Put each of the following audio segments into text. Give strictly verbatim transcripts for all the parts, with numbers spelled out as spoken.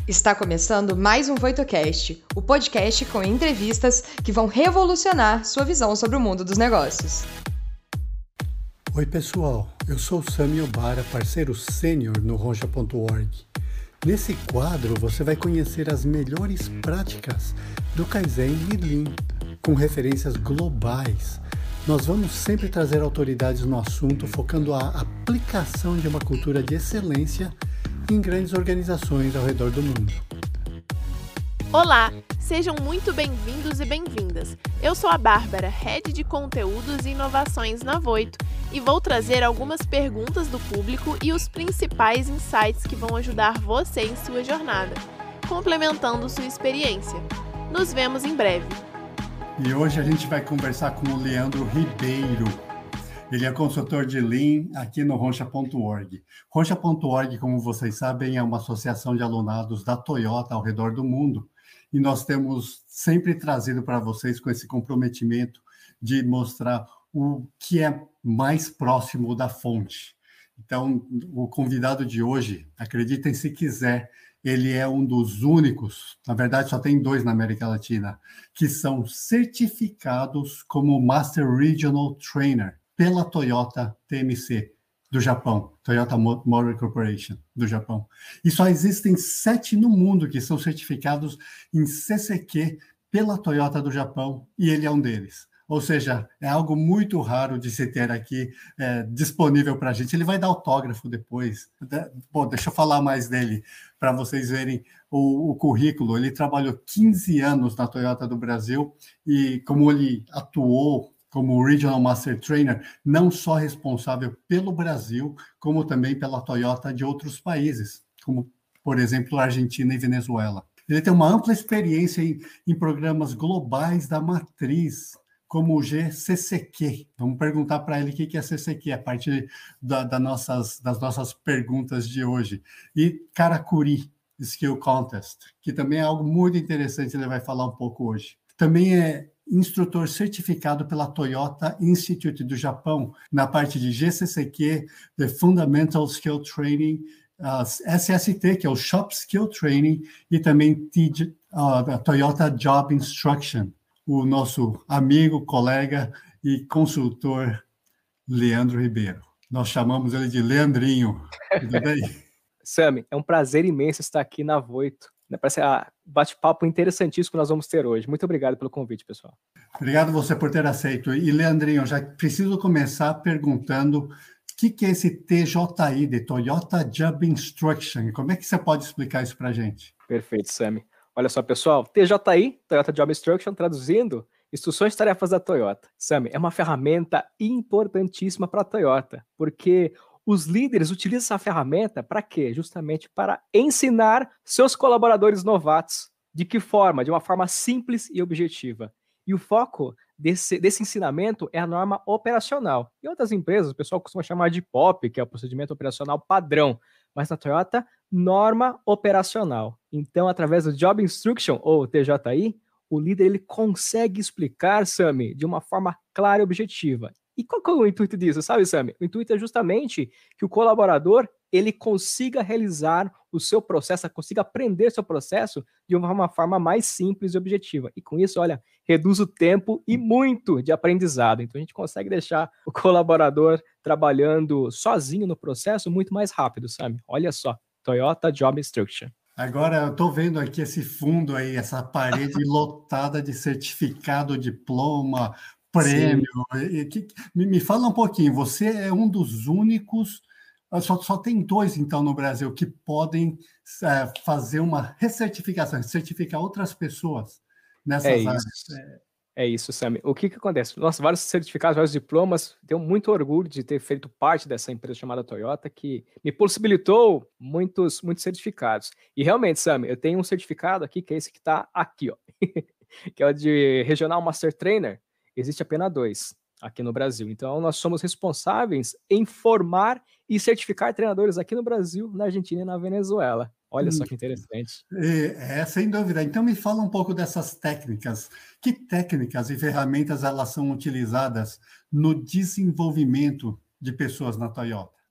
Está começando mais um VoitoCast, o podcast com entrevistas que vão revolucionar sua visão sobre o mundo dos negócios. Oi pessoal, eu sou o Sami Obara, parceiro sênior no roncha ponto org. Nesse quadro você vai conhecer as melhores práticas do Kaizen e Lean, com referências globais. Nós vamos sempre trazer autoridades no assunto, focando a aplicação de uma cultura de excelência em grandes organizações ao redor do mundo. Olá, sejam muito bem-vindos e bem-vindas. Eu sou a Bárbara, Head de Conteúdos e Inovações na Voito, e vou trazer algumas perguntas do público e os principais insights que vão ajudar você em sua jornada, complementando sua experiência. Nos vemos em breve. E hoje a gente vai conversar com o Leandro Ribeiro. Ele é consultor de Lean aqui no roncha ponto org. roncha ponto org, como vocês sabem, é uma associação de alunados da Toyota ao redor do mundo. E nós temos sempre trazido para vocês com esse comprometimento de mostrar o que é mais próximo da fonte. Então, o convidado de hoje, acreditem se quiser, ele é um dos únicos, na verdade só tem dois na América Latina, que são certificados como Master Regional Trainer pela Toyota T M C do Japão, Toyota Motor Corporation do Japão. E só existem sete no mundo que são certificados em C C Q pela Toyota do Japão, e ele é um deles. Ou seja, é algo muito raro de se ter aqui é, disponível para a gente. Ele vai dar autógrafo depois. Bom, deixa eu falar mais dele, para vocês verem o, o currículo. Ele trabalhou quinze anos na Toyota do Brasil, e como ele atuou como Regional Master Trainer, não só responsável pelo Brasil, como também pela Toyota de outros países, como, por exemplo, Argentina e Venezuela. Ele tem uma ampla experiência em, em programas globais da matriz, como o G C C Q. Vamos perguntar para ele o que é C C Q, a partir da, da nossas, das nossas perguntas de hoje. E Karakuri Skill Contest, que também é algo muito interessante, ele vai falar um pouco hoje. Também é instrutor certificado pela Toyota Institute do Japão, na parte de G C C Q, The Fundamental Skill Training, uh, S S T, que é o Shop Skill Training, e também T, uh, a Toyota Job Instruction. O nosso amigo, colega e consultor Leandro Ribeiro. Nós chamamos ele de Leandrinho. Tudo bem? Sami, é um prazer imenso estar aqui na Voito. Parece um bate-papo interessantíssimo que nós vamos ter hoje. Muito obrigado pelo convite, pessoal. Obrigado você por ter aceito. E, Leandrinho, já preciso começar perguntando o que, que é esse T J I, de Toyota Job Instruction. Como é que você pode explicar isso para a gente? Perfeito, Sami. Olha só, pessoal, T J I, Toyota Job Instruction, traduzindo, Instruções e Tarefas da Toyota. Sami, é uma ferramenta importantíssima para a Toyota, porque os líderes utilizam essa ferramenta para quê? Justamente para ensinar seus colaboradores novatos. De que forma? De uma forma simples e objetiva. E o foco desse, desse ensinamento é a norma operacional. Em outras empresas, o pessoal costuma chamar de P O P, que é o procedimento operacional padrão. Mas na Toyota, norma operacional. Então, através do Job Instruction, ou T J I, o líder ele consegue explicar, Sami, de uma forma clara e objetiva. E qual que é o intuito disso, sabe, Sami? O intuito é justamente que o colaborador ele consiga realizar o seu processo, consiga aprender seu processo de uma forma mais simples e objetiva. E com isso, olha, reduz o tempo e muito de aprendizado. Então, a gente consegue deixar o colaborador trabalhando sozinho no processo muito mais rápido, sabe? Olha só, Toyota Job Instruction. Agora, eu estou vendo aqui esse fundo aí, essa parede lotada de certificado, diploma, prêmio. E, que, me, me fala um pouquinho, você é um dos únicos, só, só tem dois, então, no Brasil, que podem é, fazer uma recertificação, certificar outras pessoas nessas é áreas. Isso. É... É isso, Sami. O que que acontece? Nossa, vários certificados, vários diplomas. Tenho muito orgulho de ter feito parte dessa empresa chamada Toyota, que me possibilitou muitos, muitos certificados. E realmente, Sami, eu tenho um certificado aqui, que é esse que está aqui, ó, que é o de Regional Master Trainer. Existe apenas dois aqui no Brasil. Então, nós somos responsáveis em formar e certificar treinadores aqui no Brasil, na Argentina e na Venezuela. Olha só que interessante. É, sem dúvida. Então, me fala um pouco dessas técnicas. Que técnicas e ferramentas elas são utilizadas no desenvolvimento de pessoas na Toyota?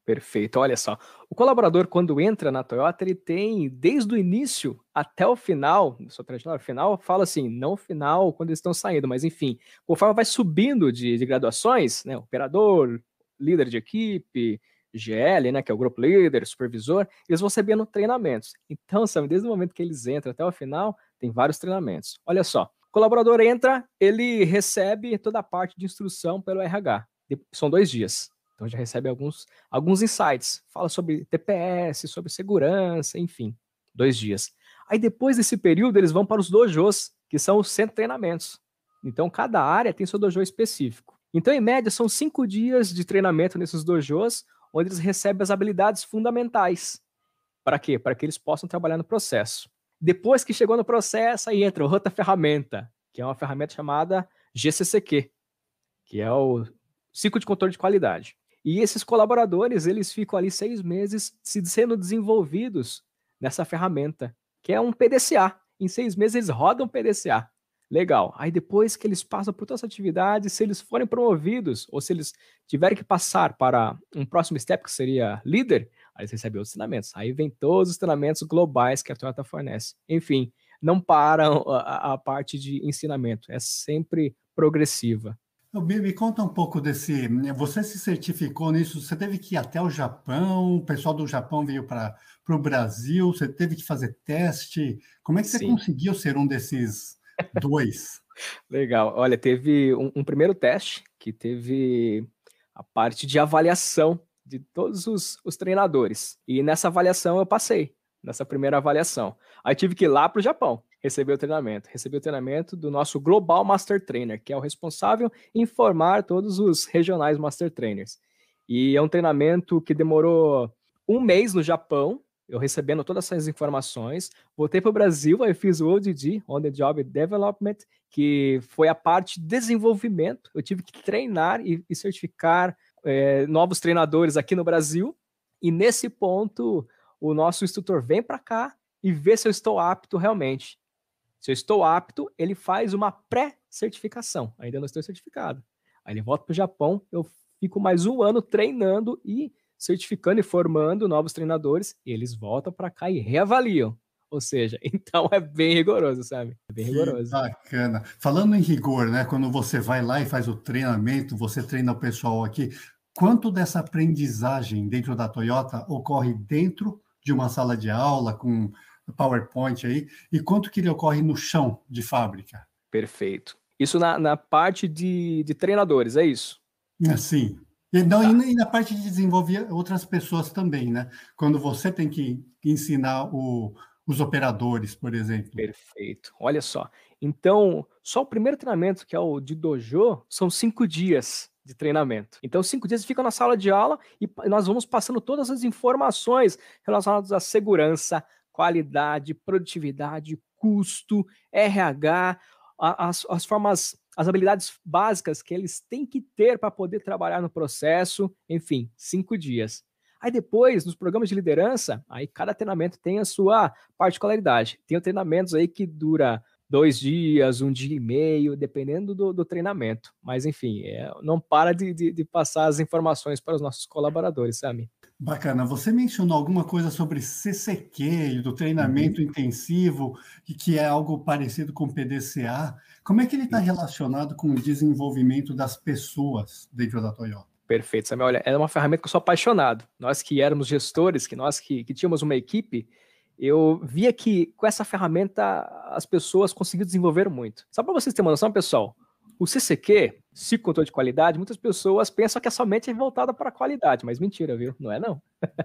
Perfeito, olha só. O colaborador, quando entra na Toyota, ele tem, desde o início até o final, sua trajetória final, fala assim, não o final quando eles estão saindo, mas enfim, conforme vai subindo de, de graduações, né, operador, líder de equipe, G L, né, que é o grupo líder, supervisor, eles vão recebendo treinamentos. Então, sabe, desde o momento que eles entram até o final, tem vários treinamentos. Olha só, o colaborador entra, ele recebe toda a parte de instrução pelo R H. São dois dias. Então já recebe alguns, alguns insights. Fala sobre T P S, sobre segurança, enfim. Dois dias. Aí depois desse período, eles vão para os dojos, que são os centros de treinamentos. Então cada área tem seu dojo específico. Então, em média, são cinco dias de treinamento nesses dojos, onde eles recebem as habilidades fundamentais. Para quê? Para que eles possam trabalhar no processo. Depois que chegou no processo, aí entra outra ferramenta, que é uma ferramenta chamada G C C Q, que é o Ciclo de Controle de Qualidade. E esses colaboradores, eles ficam ali seis meses se sendo desenvolvidos nessa ferramenta, que é um P D C A. Em seis meses eles rodam P D C A. Legal. Aí depois que eles passam por todas as atividades, se eles forem promovidos, ou se eles tiverem que passar para um próximo step, que seria líder, aí eles recebem outros treinamentos. Aí vem todos os treinamentos globais que a Toyota fornece. Enfim, não param a, a parte de ensinamento, é sempre progressiva. Me, me conta um pouco desse... Você se certificou nisso, você teve que ir até o Japão, o pessoal do Japão veio para o Brasil, você teve que fazer teste. Como é que você Sim. conseguiu ser um desses dois? Legal. Olha, teve um, um primeiro teste que teve a parte de avaliação de todos os, os treinadores. E nessa avaliação eu passei, nessa primeira avaliação. Aí tive que ir lá para o Japão. Receber o treinamento. Receber o treinamento do nosso Global Master Trainer, que é o responsável em formar todos os regionais Master Trainers. E é um treinamento que demorou um mês no Japão, eu recebendo todas essas informações. Voltei para o Brasil, aí fiz o O D D, On The Job Development, que foi a parte de desenvolvimento. Eu tive que treinar e, e certificar é, novos treinadores aqui no Brasil. E nesse ponto, o nosso instrutor vem para cá e vê se eu estou apto realmente. Se eu estou apto, ele faz uma pré-certificação. Ainda não estou certificado. Aí ele volta para o Japão, eu fico mais um ano treinando e certificando e formando novos treinadores, e eles voltam para cá e reavaliam. Ou seja, então é bem rigoroso, sabe? É bem que rigoroso. Bacana. Falando em rigor, né? Quando você vai lá e faz o treinamento, você treina o pessoal aqui, quanto dessa aprendizagem dentro da Toyota ocorre dentro de uma sala de aula com PowerPoint aí, e quanto que ele ocorre no chão de fábrica? Perfeito. Isso na, na parte de, de treinadores, é isso? Sim. E, não, Tá. E na parte de desenvolver outras pessoas também, né? Quando você tem que ensinar o, os operadores, por exemplo. Perfeito. Olha só. Então, só o primeiro treinamento, que é o de dojo, são cinco dias de treinamento. Então, cinco dias ficam na sala de aula e nós vamos passando todas as informações relacionadas à segurança, qualidade, produtividade, custo, R H, as, as formas, as habilidades básicas que eles têm que ter para poder trabalhar no processo, enfim, cinco dias. Aí depois, nos programas de liderança, aí cada treinamento tem a sua particularidade. Tem treinamentos aí que dura dois dias, um dia e meio, dependendo do, do treinamento. Mas, enfim, é, não para de, de, de passar as informações para os nossos colaboradores, sabe? Bacana. Você mencionou alguma coisa sobre C C Q, do treinamento uhum. intensivo, e que é algo parecido com P D C A. Como é que ele está relacionado com o desenvolvimento das pessoas dentro da Toyota? Perfeito, Samuel. Olha, é uma ferramenta que eu sou apaixonado. Nós que éramos gestores, que nós que, que tínhamos uma equipe, eu via que com essa ferramenta as pessoas conseguiam desenvolver muito. Só para vocês terem uma noção, pessoal, o C C Q, Ciclo de Controle de Qualidade, muitas pessoas pensam que é somente voltada para a qualidade, mas mentira, viu? Não é não.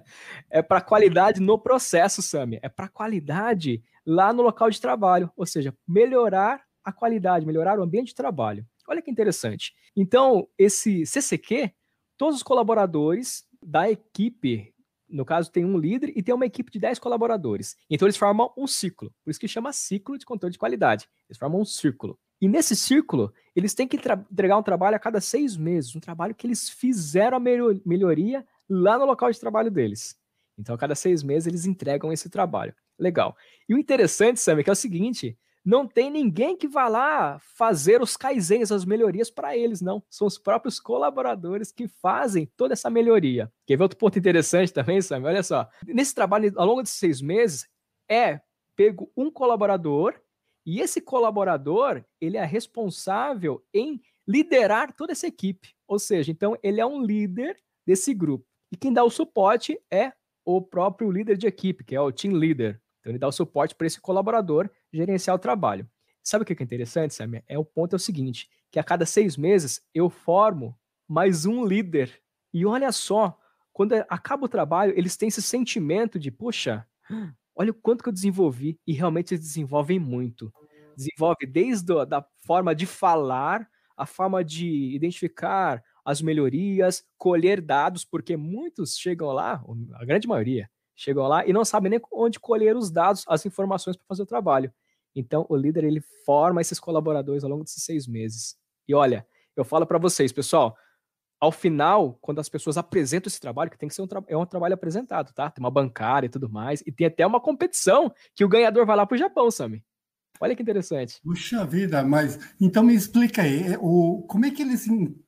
É para a qualidade no processo, Sami. É para a qualidade lá no local de trabalho, ou seja, melhorar a qualidade, melhorar o ambiente de trabalho. Olha que interessante. Então, esse C C Q, todos os colaboradores da equipe, no caso tem um líder e tem uma equipe de dez colaboradores. Então eles formam um ciclo, por isso que chama Ciclo de Controle de Qualidade. Eles formam um círculo. E nesse círculo, eles têm que entregar um trabalho a cada seis meses, um trabalho que eles fizeram a melhoria lá no local de trabalho deles. Então a cada seis meses eles entregam esse trabalho. Legal. E o interessante, Sam, é que é o seguinte, não tem ninguém que vá lá fazer os kaizens, as melhorias para eles, não. São os próprios colaboradores que fazem toda essa melhoria. Quer ver outro ponto interessante também, Sam? Olha só. Nesse trabalho, ao longo de seis meses, é pego um colaborador e esse colaborador, ele é responsável em liderar toda essa equipe. Ou seja, então, ele é um líder desse grupo. E quem dá o suporte é o próprio líder de equipe, que é o team leader. Então, ele dá o suporte para esse colaborador gerenciar o trabalho. Sabe o que é interessante, Sam? É o ponto é o seguinte, que a cada seis meses eu formo mais um líder. E olha só, quando acaba o trabalho, eles têm esse sentimento de, poxa, olha o quanto que eu desenvolvi. E realmente eles desenvolvem muito. Desenvolve desde a da forma de falar, a forma de identificar as melhorias, colher dados, porque muitos chegam lá, a grande maioria, chegam lá e não sabem nem onde colher os dados, as informações para fazer o trabalho. Então, o líder, ele forma esses colaboradores ao longo desses seis meses. E olha, eu falo para vocês, pessoal, ao final, quando as pessoas apresentam esse trabalho, que tem que ser um, tra- é um trabalho apresentado, tá? Tem uma bancária e tudo mais, e tem até uma competição que o ganhador vai lá pro Japão, Sami. Olha que interessante. Puxa vida, mas então me explica aí, o, como é que eles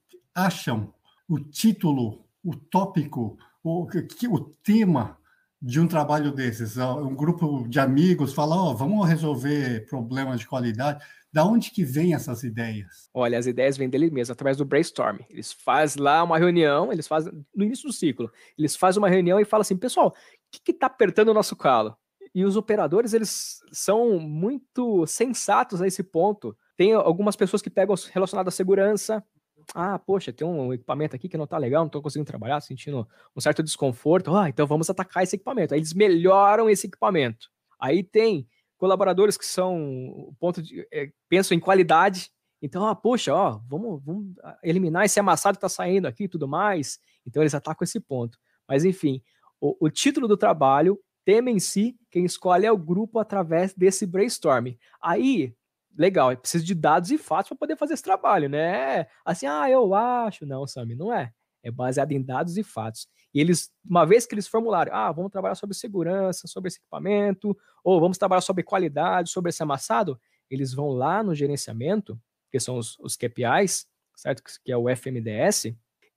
acham o título, o tópico, o, o tema de um trabalho desses? Um grupo de amigos fala, ó, oh, vamos resolver problemas de qualidade. Da onde que vem essas ideias? Olha, as ideias vêm dele mesmo, através do brainstorm. Eles fazem lá uma reunião, eles fazem, no início do ciclo, eles fazem uma reunião e falam assim, pessoal, o que está apertando o nosso calo? E os operadores, eles são muito sensatos a esse ponto. Tem algumas pessoas que pegam relacionado à segurança. Ah, poxa, tem um equipamento aqui que não está legal, não estou conseguindo trabalhar, sentindo um certo desconforto. Ah, então vamos atacar esse equipamento. Aí eles melhoram esse equipamento. Aí tem colaboradores que são ponto de, é, pensam em qualidade. Então, ah, poxa, ó, vamos, vamos eliminar esse amassado que está saindo aqui e tudo mais. Então eles atacam esse ponto. Mas enfim, o, o título do trabalho, tema em si, quem escolhe é o grupo através desse brainstorming. Aí, legal, é preciso de dados e fatos para poder fazer esse trabalho, né? Assim, ah, eu acho. Não, Sami, não é. É baseado em dados e fatos. E eles, uma vez que eles formularam, ah, vamos trabalhar sobre segurança, sobre esse equipamento, ou vamos trabalhar sobre qualidade, sobre esse amassado, eles vão lá no gerenciamento, que são os, os K P Is, certo? Que é o F M D S,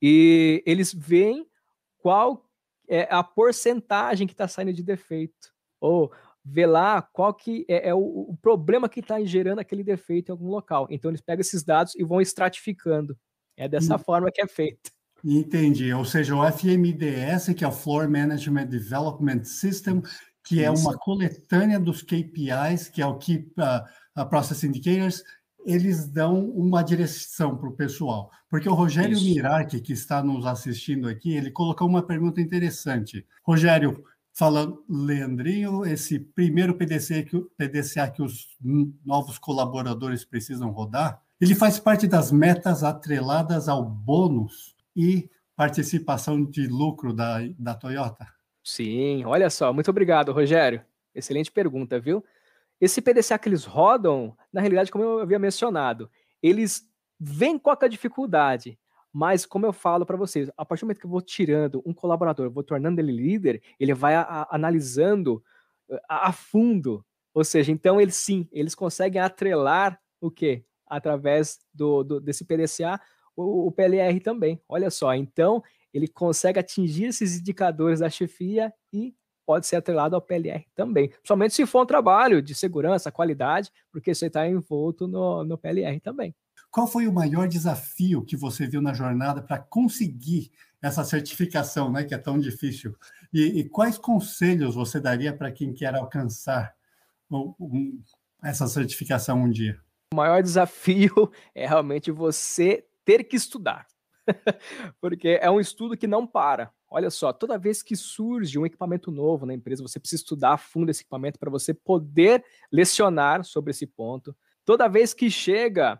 e eles veem qual é a porcentagem que está saindo de defeito, ou vê lá qual que é, é o, o problema que está gerando aquele defeito em algum local. Então eles pegam esses dados e vão estratificando. É dessa hum. forma que é feito. Entendi. Ou seja, o F M D S, que é o Floor Management Development System, que é Isso. uma coletânea dos K P Is, que é o Key uh, uh, Process Indicators, eles dão uma direção para o pessoal. Porque o Rogério Mirarchi, que está nos assistindo aqui, ele colocou uma pergunta interessante. Rogério, falando, Leandrinho, esse primeiro P D C que, P D C A que os novos colaboradores precisam rodar, ele faz parte das metas atreladas ao bônus e participação de lucro da, da Toyota? Sim, olha só, muito obrigado, Rogério. Excelente pergunta, viu? Esse P D C A que eles rodam, na realidade, como eu havia mencionado, eles vêm com a dificuldade, mas como eu falo para vocês, a partir do momento que eu vou tirando um colaborador, vou tornando ele líder, ele vai a, a, analisando a, a fundo, ou seja, então eles sim, eles conseguem atrelar o quê? Através do, do, desse P D C A, o, o P L R também, olha só, então ele consegue atingir esses indicadores da chefia e pode ser atrelado ao P L R também, somente se for um trabalho de segurança, qualidade, porque você está envolto no, no P L R também. Qual foi o maior desafio que você viu na jornada para conseguir essa certificação, né, que é tão difícil? E, e quais conselhos você daria para quem quer alcançar um, um, essa certificação um dia? O maior desafio é realmente você ter que estudar, porque é um estudo que não para. Olha só, toda vez que surge um equipamento novo na empresa, você precisa estudar a fundo esse equipamento para você poder lecionar sobre esse ponto. Toda vez que chega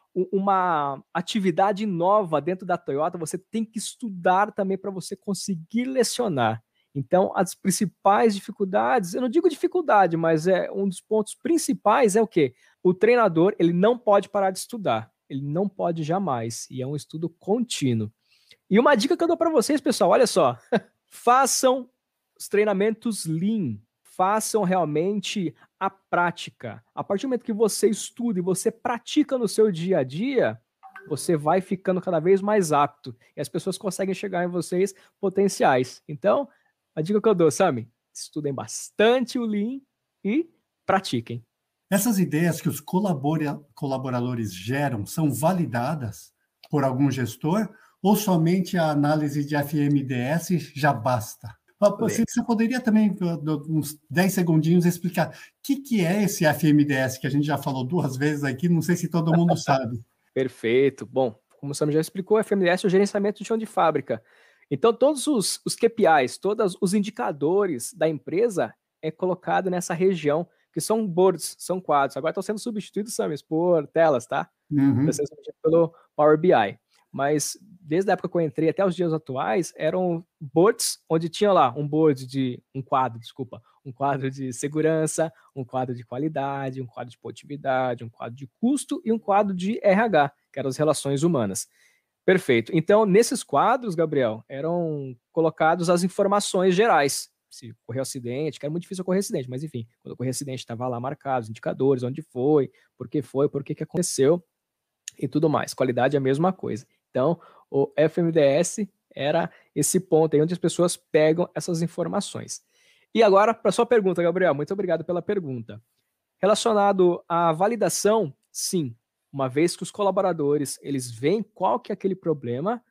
uma atividade nova dentro da Toyota, você tem que estudar também para você conseguir lecionar. Então, as principais dificuldades, eu não digo dificuldade, mas é um dos pontos principais é o quê? O treinador, ele não pode parar de estudar. Ele não pode jamais. E é um estudo contínuo. E uma dica que eu dou para vocês, pessoal, olha só. Façam os treinamentos Lean. façam realmente a prática. A partir do momento que você estuda e você pratica no seu dia a dia, você vai ficando cada vez mais apto e as pessoas conseguem chegar em vocês potenciais. Então, a dica que eu dou, Sami, estudem bastante o Lean e pratiquem. Essas ideias que os colabora- colaboradores geram são validadas por algum gestor ou somente a análise de F M D S já basta? Você, você poderia também, uns dez segundinhos, explicar o que, que é esse F M D S, que a gente já falou duas vezes aqui, não sei se todo mundo sabe. Perfeito. Bom, como o Sam já explicou, F M D S é o gerenciamento de chão de fábrica. Então, todos os, os K P Is, todos os indicadores da empresa é colocado nessa região, que são boards, são quadros. Agora estão sendo substituídos, Sam, por telas, tá? Uhum. Estão sendo substituídos pelo Power B I. Mas, desde a época que eu entrei até os dias atuais, eram boards, onde tinha lá um board de, um quadro, desculpa, um quadro de segurança, um quadro de qualidade, um quadro de produtividade, um quadro de custo e um quadro de R H, que eram as relações humanas. Perfeito. Então, nesses quadros, Gabriel, eram colocados as informações gerais. Se ocorreu acidente, que era muito difícil ocorrer acidente, mas enfim, quando ocorreu acidente, estava lá marcado os indicadores, onde foi, por que foi, por que que aconteceu e tudo mais. Qualidade é a mesma coisa. Então, o F M D S era esse ponto aí onde as pessoas pegam essas informações. E agora, para a sua pergunta, Gabriel, muito obrigado pela pergunta. Relacionado à validação, sim. Uma vez que os colaboradores, eles veem qual que é aquele problema,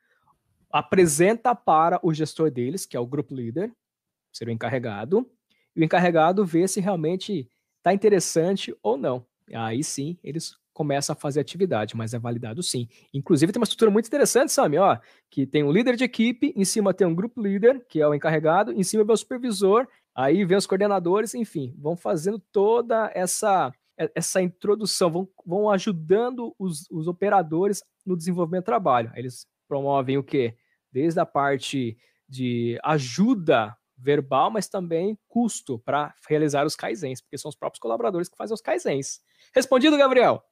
apresenta para o gestor deles, que é o Group Leader, ser o encarregado, e o encarregado vê se realmente está interessante ou não. Aí sim, eles começam a fazer atividade, mas é validado sim. Inclusive tem uma estrutura muito interessante, Sami, ó, que tem um líder de equipe, em cima tem um Group Leader, que é o encarregado, em cima vem o supervisor, aí vem os coordenadores, enfim, vão fazendo toda essa... essa introdução, vão, vão ajudando os, os operadores no desenvolvimento do trabalho. Eles promovem o quê? Desde a parte de ajuda verbal, mas também custo para realizar os kaizens, porque são os próprios colaboradores que fazem os kaizens. Respondido, Gabriel?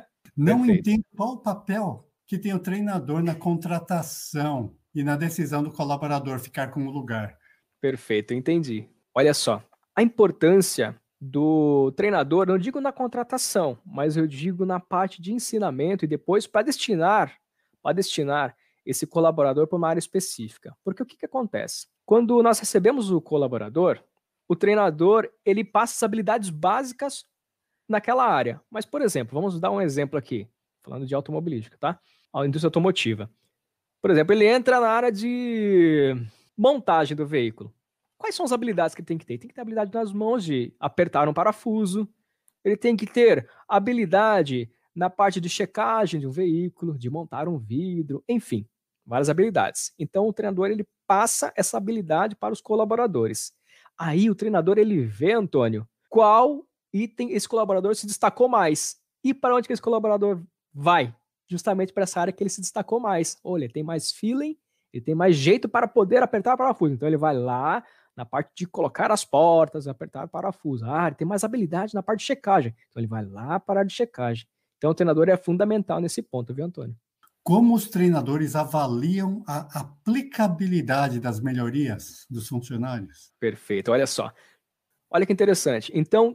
Não entendo qual o papel que tem o treinador na contratação e na decisão do colaborador ficar com o lugar. Perfeito, entendi. Olha só, a importância do treinador, não digo na contratação, mas eu digo na parte de ensinamento e depois para destinar, para destinar esse colaborador para uma área específica. Porque o que, que acontece? Quando nós recebemos o colaborador, o treinador, ele passa as habilidades básicas naquela área. Mas, por exemplo, vamos dar um exemplo aqui, falando de automobilística, tá? A indústria automotiva. Por exemplo, ele entra na área de montagem do veículo. Quais são as habilidades que ele tem que ter? Ele tem que ter habilidade nas mãos de apertar um parafuso, ele tem que ter habilidade na parte de checagem de um veículo, de montar um vidro, enfim, várias habilidades. Então, o treinador, ele passa essa habilidade para os colaboradores. Aí, o treinador, ele vê, Antônio, qual item esse colaborador se destacou mais e para onde que esse colaborador vai, justamente para essa área que ele se destacou mais. Olha, ele tem mais feeling, ele tem mais jeito para poder apertar o parafuso. Então, ele vai lá na parte de colocar as portas, apertar o parafuso. Ah, ele tem mais habilidade na parte de checagem. Então, ele vai lá para a área de checagem. Então, o treinador é fundamental nesse ponto, viu, Antônio? Como os treinadores avaliam a aplicabilidade das melhorias dos funcionários? Perfeito, olha só. Olha que interessante. Então,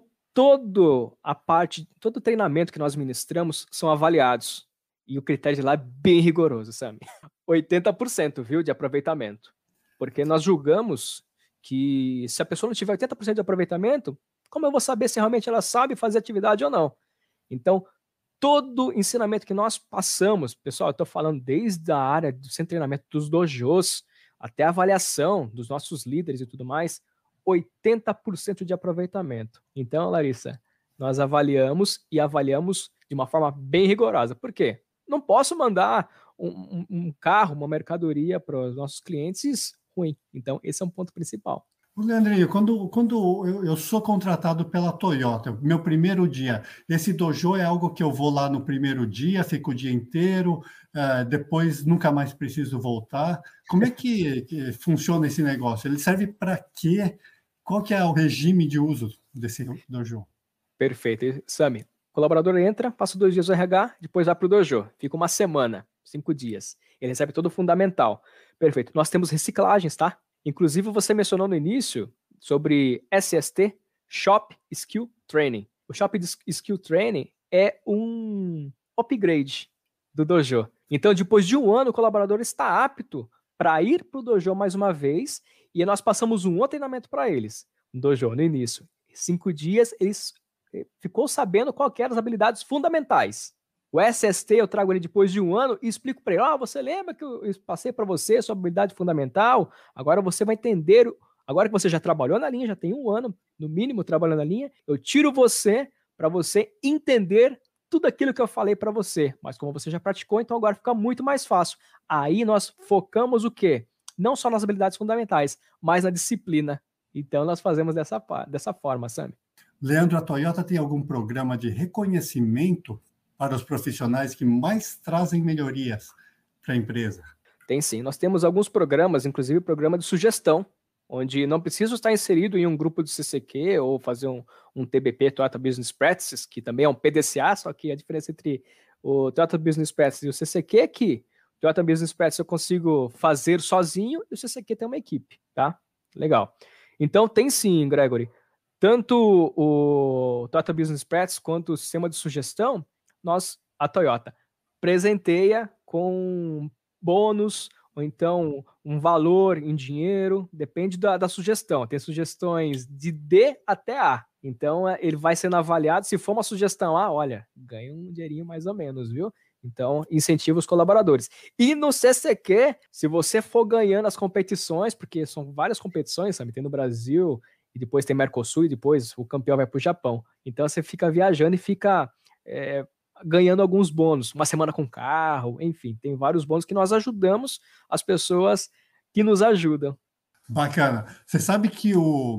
todo a parte, todo o treinamento que nós ministramos são avaliados. E o critério de lá é bem rigoroso, Sami. oitenta por cento, viu, de aproveitamento. Porque nós julgamos que se a pessoa não tiver oitenta por cento de aproveitamento, como eu vou saber se realmente ela sabe fazer atividade ou não? Então, todo ensinamento que nós passamos, pessoal, eu estou falando desde a área do centro de treinamento dos dojos, até a avaliação dos nossos líderes e tudo mais, oitenta por cento de aproveitamento. Então, Larissa, nós avaliamos e avaliamos de uma forma bem rigorosa. Por quê? Não posso mandar um, um, um carro, uma mercadoria para os nossos clientes ruim. Então, esse é um ponto principal. Leandrinho, quando, quando eu, eu sou contratado pela Toyota, meu primeiro dia, esse dojo é algo que eu vou lá no primeiro dia, fico o dia inteiro, uh, depois nunca mais preciso voltar. Como é que, que funciona esse negócio? Ele serve para quê? Qual que é o regime de uso desse dojo? Perfeito. Sami, o colaborador entra, passa dois dias no R H, depois vai para o dojo, fica uma semana, cinco dias. Ele recebe todo o fundamental. Perfeito. Nós temos reciclagens, tá? Inclusive, você mencionou no início sobre S S T, Shop Skill Training. O Shop Skill Training é um upgrade do dojo. Então, depois de um ano, o colaborador está apto para ir para o dojo mais uma vez, e nós passamos um outro treinamento para eles, no dojo, no início. Cinco dias, eles ficou sabendo qual que eram as habilidades fundamentais. O S S T eu trago ele depois de um ano e explico para ele, ó, oh, você lembra que eu passei para você sua habilidade fundamental? Agora você vai entender, agora que você já trabalhou na linha, já tem um ano, no mínimo, trabalhando na linha, eu tiro você para você entender tudo aquilo que eu falei para você, mas como você já praticou, então agora fica muito mais fácil. Aí nós focamos o quê? Não só nas habilidades fundamentais, mas na disciplina. Então nós fazemos dessa, dessa forma, Sami. Leandro, a Toyota tem algum programa de reconhecimento para os profissionais que mais trazem melhorias para a empresa? Tem sim. Nós temos alguns programas, inclusive o programa de sugestão, onde não preciso estar inserido em um grupo de C C Q ou fazer um, um T B P, Toyota Business Practices, que também é um P D C A, só que a diferença entre o Toyota Business Practices e o C C Q é que o Toyota Business Practices eu consigo fazer sozinho e o C C Q tem uma equipe, tá? Legal. Então tem sim, Gregory, tanto o Toyota Business Practices quanto o sistema de sugestão, nós, a Toyota, presenteia com bônus, ou então um valor em dinheiro, depende da, da sugestão. Tem sugestões de D até A. Então, ele vai sendo avaliado. Se for uma sugestão A, olha, ganha um dinheirinho mais ou menos, viu? Então, incentiva os colaboradores. E no C C Q, se você for ganhando as competições, porque são várias competições, sabe? Tem no Brasil, e depois tem Mercosul, e depois o campeão vai para o Japão. Então, você fica viajando e fica... É, ganhando alguns bônus, uma semana com carro, enfim, tem vários bônus que nós ajudamos as pessoas que nos ajudam. Bacana. Você sabe que o,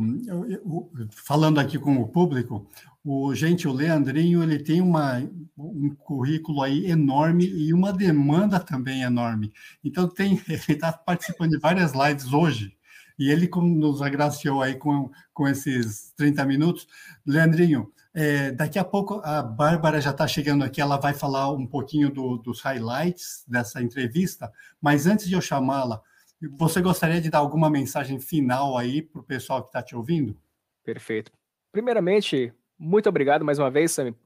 o falando aqui com o público, o gente, o Leandrinho, ele tem uma, um currículo aí enorme e uma demanda também enorme. Então tem, ele está participando de várias lives hoje. E ele nos agraciou aí com, com esses trinta minutos. Leandrinho, é, daqui a pouco a Bárbara já está chegando aqui, ela vai falar um pouquinho do, dos highlights dessa entrevista, mas antes de eu chamá-la, você gostaria de dar alguma mensagem final aí para o pessoal que está te ouvindo? Perfeito. Primeiramente, muito obrigado mais uma vez, Sami,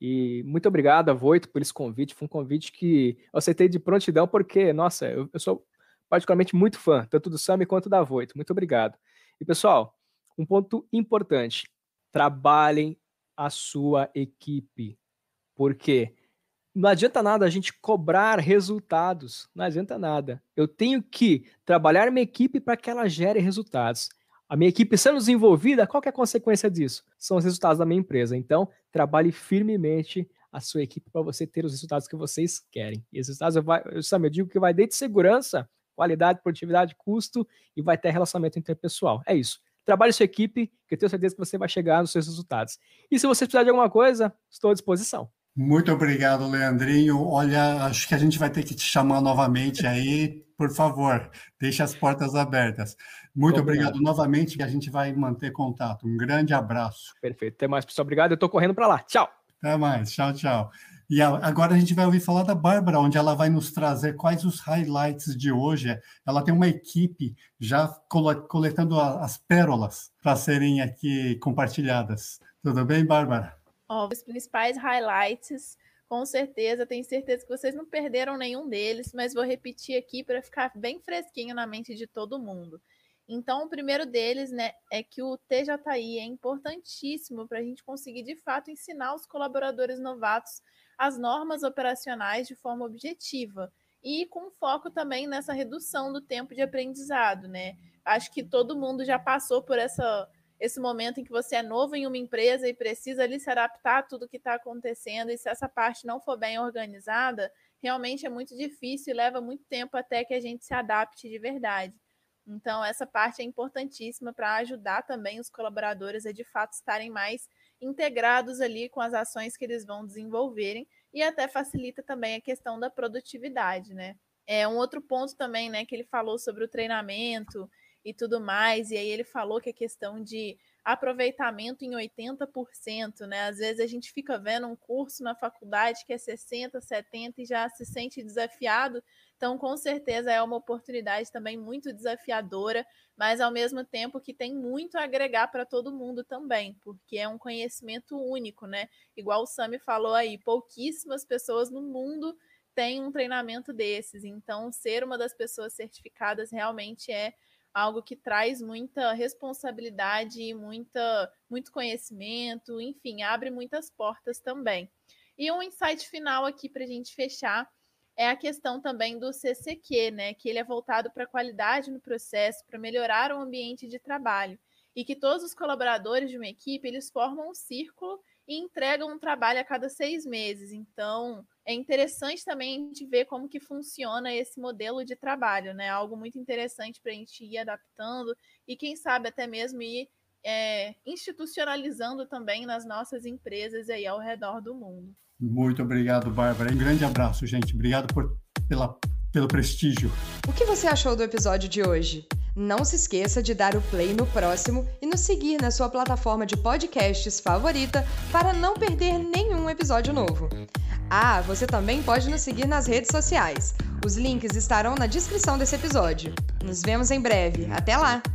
e muito obrigado a Voito por esse convite. Foi um convite que eu aceitei de prontidão porque, nossa, eu, eu sou particularmente muito fã, tanto do Sami quanto da Voito. Muito obrigado. E, pessoal, um ponto importante. Trabalhem a sua equipe. Porque não adianta nada a gente cobrar resultados. Não adianta nada. Eu tenho que trabalhar minha equipe para que ela gere resultados. A minha equipe sendo desenvolvida, qual que é a consequência disso? São os resultados da minha empresa. Então, trabalhe firmemente a sua equipe para você ter os resultados que vocês querem. E esses resultados, eu, vai, eu, Sam, eu digo que vai desde segurança, qualidade, produtividade, custo e vai ter relacionamento interpessoal. É isso. Trabalhe sua equipe, que eu tenho certeza que você vai chegar nos seus resultados. E se você precisar de alguma coisa, estou à disposição. Muito obrigado, Leandrinho. Olha, acho que a gente vai ter que te chamar novamente aí. Por favor, deixe as portas abertas. Muito obrigado, obrigado novamente, que a gente vai manter contato. Um grande abraço. Perfeito. Até mais, pessoal. Obrigado. Eu estou correndo para lá. Tchau. Até mais. Tchau, tchau. E agora a gente vai ouvir falar da Bárbara, onde ela vai nos trazer quais os highlights de hoje. Ela tem uma equipe já coletando as pérolas para serem aqui compartilhadas. Tudo bem, Bárbara? Ó, os principais highlights, com certeza, tenho certeza que vocês não perderam nenhum deles, mas vou repetir aqui para ficar bem fresquinho na mente de todo mundo. Então, o primeiro deles, né, é que o T J I é importantíssimo para a gente conseguir, de fato, ensinar os colaboradores novatos as normas operacionais de forma objetiva e com foco também nessa redução do tempo de aprendizado, né? Acho que todo mundo já passou por essa, esse momento em que você é novo em uma empresa e precisa ali se adaptar a tudo que está acontecendo, e se essa parte não for bem organizada, realmente é muito difícil e leva muito tempo até que a gente se adapte de verdade. Então, essa parte é importantíssima para ajudar também os colaboradores a, de fato, estarem mais integrados ali com as ações que eles vão desenvolverem, e até facilita também a questão da produtividade, né? É um outro ponto também, né, que ele falou sobre o treinamento e tudo mais, e aí ele falou que a questão de aproveitamento em oitenta por cento, né? Às vezes a gente fica vendo um curso na faculdade que é sessenta, setenta e já se sente desafiado. Então, com certeza, é uma oportunidade também muito desafiadora, mas ao mesmo tempo que tem muito a agregar para todo mundo também, porque é um conhecimento único, né? Igual o Sami falou aí, pouquíssimas pessoas no mundo têm um treinamento desses. Então, ser uma das pessoas certificadas realmente é algo que traz muita responsabilidade e muita, muito conhecimento, enfim, abre muitas portas também. E um insight final aqui para a gente fechar é a questão também do C C Q, né? Que ele é voltado para a qualidade no processo, para melhorar o ambiente de trabalho. E que todos os colaboradores de uma equipe, eles formam um círculo e entregam um trabalho a cada seis meses. Então, é interessante também a gente ver como que funciona esse modelo de trabalho, né? Algo muito interessante para a gente ir adaptando e, quem sabe, até mesmo ir é, institucionalizando também nas nossas empresas aí ao redor do mundo. Muito obrigado, Bárbara. Um grande abraço, gente. Obrigado por, pela, pelo prestígio. O que você achou do episódio de hoje? Não se esqueça de dar o play no próximo e nos seguir na sua plataforma de podcasts favorita para não perder nenhum episódio novo. Ah, você também pode nos seguir nas redes sociais. Os links estarão na descrição desse episódio. Nos vemos em breve. Até lá!